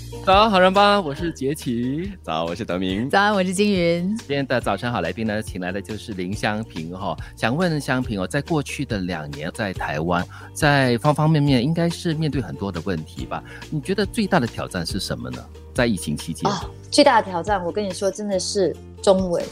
早，好人吧，我是杰奇。 早，我是德明。 早安，我是金云。 今天的早晨好来宾呢，请来的就是林香萍想问香萍在过去的2年在台湾，在方方面面应该是面对很多的问题吧？你觉得最大的挑战是什么呢？在疫情期间， 最大的挑战，我跟你说，真的是中文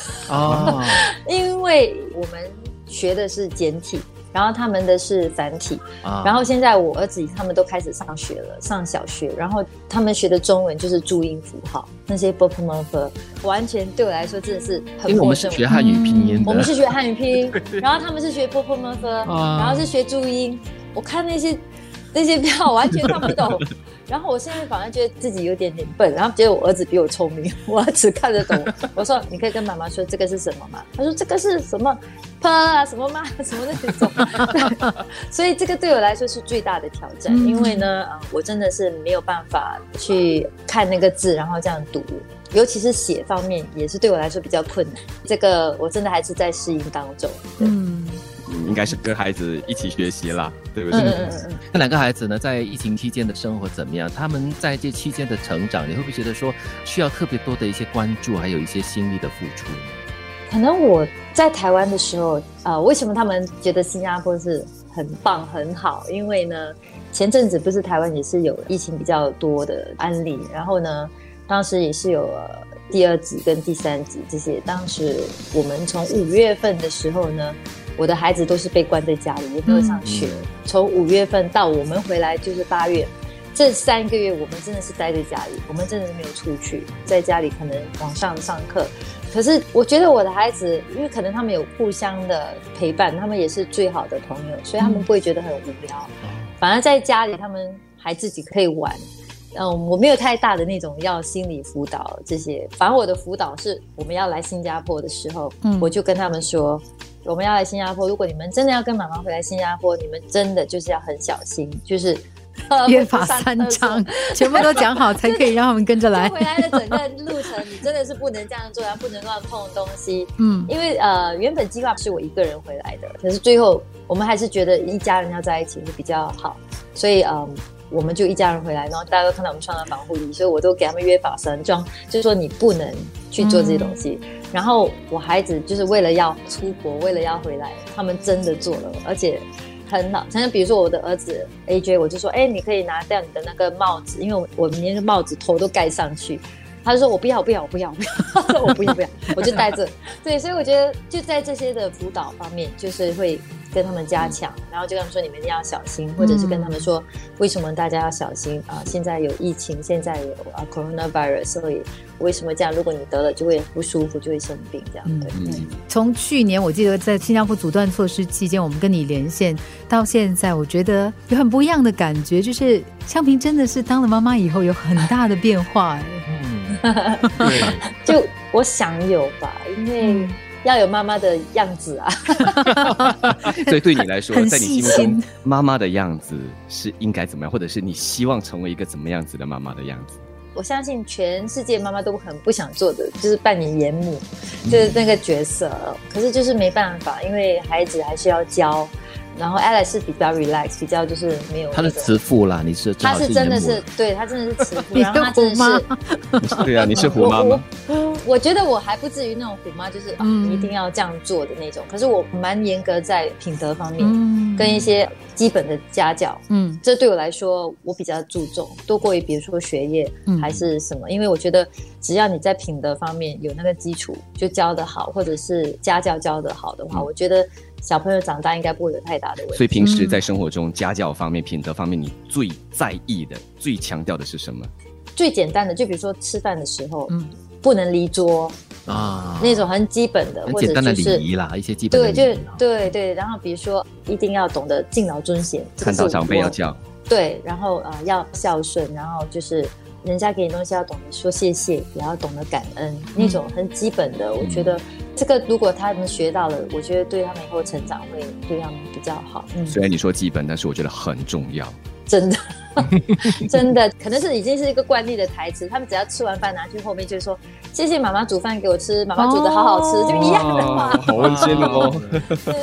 因为我们学的是简体。然后他们的是繁体，然后现在我儿子他们都开始上学了，上小学，然后他们学的中文就是注音符号，那些 b o p m o f 完全对我来说真的是很陌生。 因为我们是学汉语拼音的， 我们是学汉语拼音，然后他们是学 b o p m o f 然后是学注音。我看那些票完全看不懂，然后我现在反而觉得自己有点笨，然后觉得我儿子比我聪明，我儿子看得懂。我说你可以跟妈妈说这个是什么吗？他说这个是什么 p 啊什么妈什么那种所以这个对我来说是最大的挑战，因为呢我真的是没有办法去看那个字然后这样读，尤其是写方面也是对我来说比较困难，这个我真的还是在适应当中。 应该是跟孩子一起学习啦，对不对？ 那2个孩子呢，在疫情期间的生活怎么样？他们在这期间的成长，你会不会觉得说需要特别多的一些关注，还有一些心力的付出？ 可能我在台湾的时候，为什么他们觉得新加坡是很棒很好？因为呢，前阵子不是台湾也是有疫情比较多的案例，然后呢，当时也是有第2级跟第3级这些。当时我们从5月份的时候呢，我的孩子都是被关在家里，也没有上学。从5月份到我们回来就是8月，这3个月我们真的是待在家里，我们真的是没有出去，在家里可能网上上课。可是我觉得我的孩子，因为可能他们有互相的陪伴，他们也是最好的朋友，所以他们不会觉得很无聊。反而在家里他们还自己可以玩。我没有太大的那种要心理辅导这些，反正我的辅导是我们要来新加坡的时候，我就跟他们说我们要来新加坡，如果你们真的要跟妈妈回来新加坡，你们真的就是要很小心，就是约法3章全部都讲好才可以让他们跟着来回来的整个路程你真的是不能这样做，然后不能乱碰东西。因为原本计划是我一个人回来的，可是最后我们还是觉得一家人要在一起会比较好，所以我们就一家人回来，然后大家都看到我们穿了防护衣，所以我都给他们约法3章，就是说你不能去做这些东西。然后我孩子就是为了要出国，为了要回来，他们真的做了，而且很好。像比如说我的儿子 AJ， 我就说你可以拿掉你的那个帽子，因为我连个帽子头都盖上去。他就说我不要我不要我不要我不要我就带着。对，所以我觉得就在这些的辅导方面就是会跟他们加强，然后就跟他们说你们一定要小心，或者是跟他们说为什么大家要小心现在有疫情，现在有coronavirus， 所以为什么这样，如果你得了就会不舒服，就会生病这样。对， 从去年我记得在新加坡阻断措施期间我们跟你连线到现在，我觉得有很不一样的感觉，就是香萍真的是当了妈妈以后有很大的变化就我想有吧，因为要有妈妈的样子啊所以对你来说在你心目中妈妈的样子是应该怎么样，或者是你希望成为一个怎么样子的妈妈的样子？ 我相信全世界妈妈都很不想做的就是扮演严母，就是那个角色，可是就是没办法，因为孩子还是要教。然后 Alex 是比较 relax， 比较就是没有他是慈父啦，你是他是真的是对他真的是慈父，然后他真的是对啊，你是虎妈吗？ 我觉得我还不至于那种虎妈，就是你一定要这样做的那种。可是我蛮严格在品德方面，跟一些基本的家教，这对我来说我比较注重，多过于比如说学业还是什么，因为我觉得只要你在品德方面有那个基础，就教得好，或者是家教教得好的话，我觉得小朋友长大应该不会有太大的问题。 所以平时在生活中家教方面品德方面你最在意的最强调的是什么？ 最简单的就比如说吃饭的时候不能离桌那种很基本的， 很简单的礼仪啦，一些基本的礼仪。 对，然后比如说一定要懂得敬老尊贤， 看到长辈要叫。 对，然后要孝顺，然后就是人家给你东西要懂得说谢谢，也要懂得感恩，那种很基本的，我觉得这个如果他们学到了，我觉得对他们以后成长会对他们比较好。 虽然你说基本，但是我觉得很重要。 真的真的可能是已经是一个惯例的台词，他们只要吃完饭拿去后面就说谢谢妈妈煮饭给我吃，妈妈煮的好好吃，就一样的话。 好温馨哦。 对，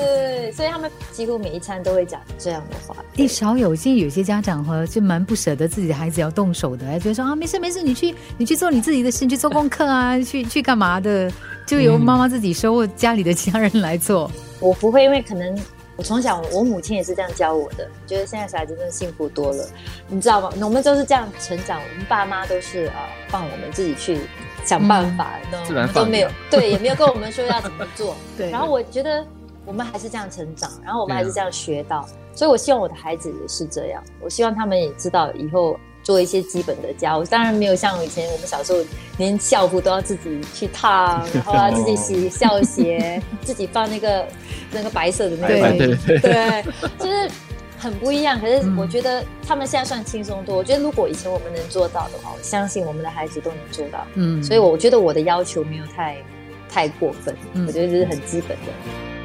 对，所以他们几乎每一餐都会讲这样的话。 少有些有些家长就蛮不舍得自己的孩子要动手的，觉得说啊没事没事，你去做你自己的事，你去做功课啊，去干嘛的，就由妈妈自己收，或家里的其他人来做。 我不会，因为可能我从小我母亲也是这样教我的，觉得现在小孩子真的幸福多了，你知道吗？我们都是这样成长，我们爸妈都是放我们自己去想办法， 自然都没有对，也没有跟我们说要怎么做。 对， 然后我觉得我们还是这样成长，然后我们还是这样学到，所以我希望我的孩子也是这样，我希望他们也知道以后做一些基本的家务，当然没有像以前我们小时候连校服都要自己去烫，然后要自己洗校鞋，自己放那个白色的那个，对，就是很不一样。可是我觉得他们现在算轻松多，我觉得如果以前我们能做到的话，我相信我们的孩子都能做到。所以我觉得我的要求没有太过分，我觉得这是很基本的。